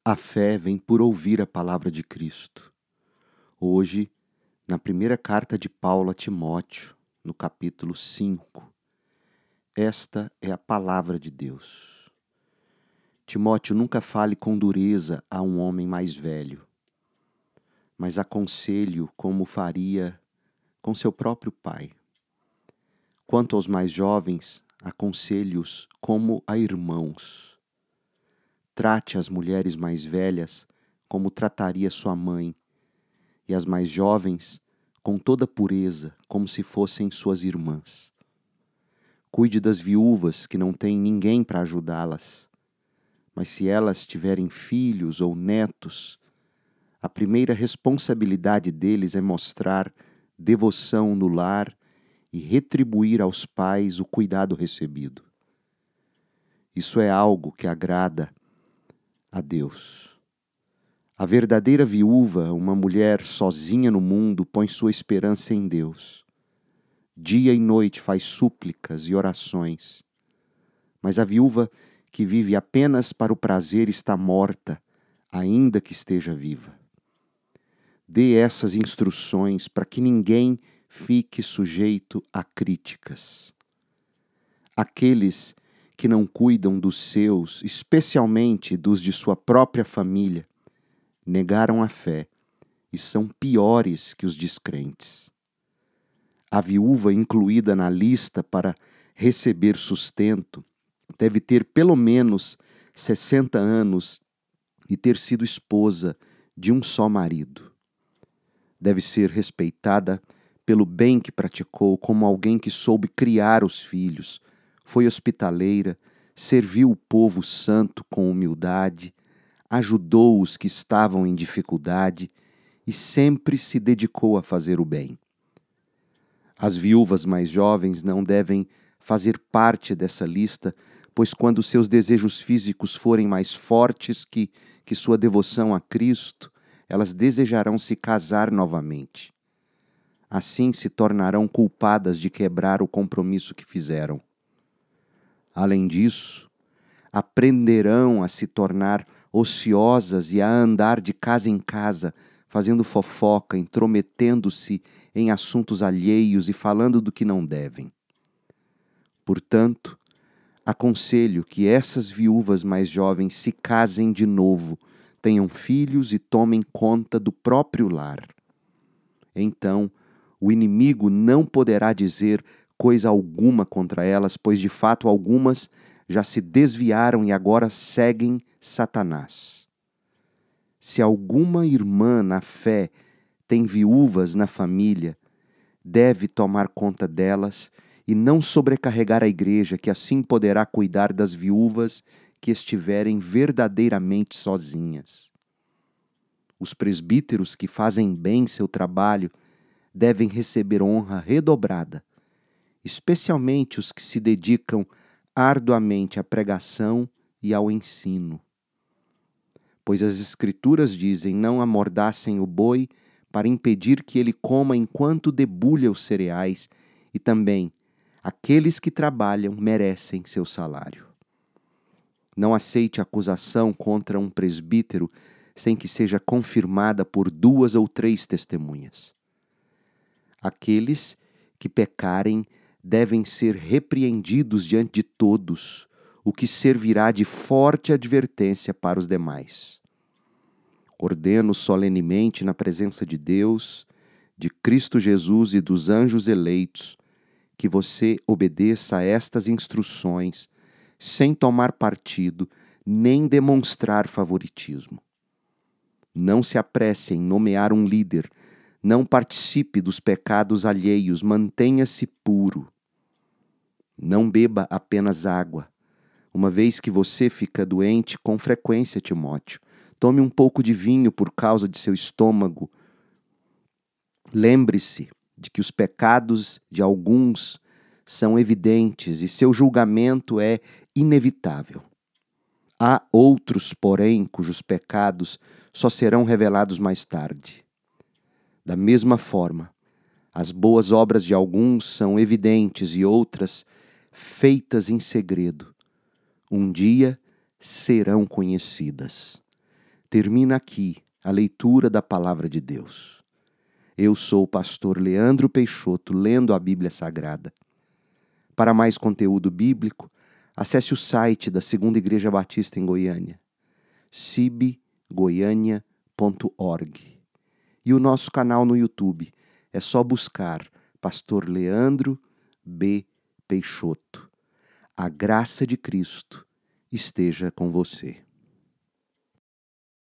A fé vem por ouvir a palavra de Cristo. Hoje, na primeira carta de Paulo a Timóteo, no capítulo 5, esta é a palavra de Deus. Timóteo, nunca fale com dureza a um homem mais velho, mas aconselhe-o como faria com seu próprio pai. Quanto aos mais jovens, aconselhe-os como a irmãos. Trate as mulheres mais velhas como trataria sua mãe, e as mais jovens com toda pureza, como se fossem suas irmãs. Cuide das viúvas que não têm ninguém para ajudá-las, mas se elas tiverem filhos ou netos, a primeira responsabilidade deles é mostrar devoção no lar e retribuir aos pais o cuidado recebido. Isso é algo que agrada a Deus. A verdadeira viúva, uma mulher sozinha no mundo, põe sua esperança em Deus. Dia e noite faz súplicas e orações. Mas a viúva que vive apenas para o prazer está morta, ainda que esteja viva. Dê essas instruções para que ninguém fique sujeito a críticas. Aqueles que não cuidam dos seus, especialmente dos de sua própria família, negaram a fé e são piores que os descrentes. A viúva incluída na lista para receber sustento deve ter pelo menos 60 anos e ter sido esposa de um só marido. Deve ser respeitada pelo bem que praticou como alguém que soube criar os filhos, foi hospitaleira, serviu o povo santo com humildade, ajudou os que estavam em dificuldade e sempre se dedicou a fazer o bem. As viúvas mais jovens não devem fazer parte dessa lista, pois quando seus desejos físicos forem mais fortes que sua devoção a Cristo, elas desejarão se casar novamente. Assim se tornarão culpadas de quebrar o compromisso que fizeram. Além disso, aprenderão a se tornar ociosas e a andar de casa em casa, fazendo fofoca, intrometendo-se em assuntos alheios e falando do que não devem. Portanto, aconselho que essas viúvas mais jovens se casem de novo, tenham filhos e tomem conta do próprio lar. Então, o inimigo não poderá dizer coisa alguma contra elas, pois de fato algumas já se desviaram e agora seguem Satanás. Se alguma irmã na fé tem viúvas na família, deve tomar conta delas e não sobrecarregar a igreja, que assim poderá cuidar das viúvas que estiverem verdadeiramente sozinhas. Os presbíteros que fazem bem seu trabalho devem receber honra redobrada, especialmente os que se dedicam arduamente à pregação e ao ensino. Pois as Escrituras dizem: não amordaçem o boi para impedir que ele coma enquanto debulha os cereais, e também aqueles que trabalham merecem seu salário. Não aceite acusação contra um presbítero sem que seja confirmada por 2 ou 3 testemunhas. Aqueles que pecarem devem ser repreendidos diante de todos, o que servirá de forte advertência para os demais. Ordeno solenemente na presença de Deus, de Cristo Jesus e dos anjos eleitos, que você obedeça a estas instruções, sem tomar partido, nem demonstrar favoritismo. Não se apresse em nomear um líder, não participe dos pecados alheios, mantenha-se puro. Não beba apenas água, uma vez que você fica doente com frequência, Timóteo. Tome um pouco de vinho por causa de seu estômago. Lembre-se de que os pecados de alguns são evidentes e seu julgamento é inevitável. Há outros, porém, cujos pecados só serão revelados mais tarde. Da mesma forma, as boas obras de alguns são evidentes e outras, feitas em segredo, um dia serão conhecidas. Termina aqui a leitura da Palavra de Deus. Eu sou o pastor Leandro Peixoto, lendo a Bíblia Sagrada. Para mais conteúdo bíblico, acesse o site da Segunda Igreja Batista em Goiânia, cibgoiania.org. E o nosso canal no YouTube, é só buscar Pastor Leandro B. Peixoto. A graça de Cristo esteja com você.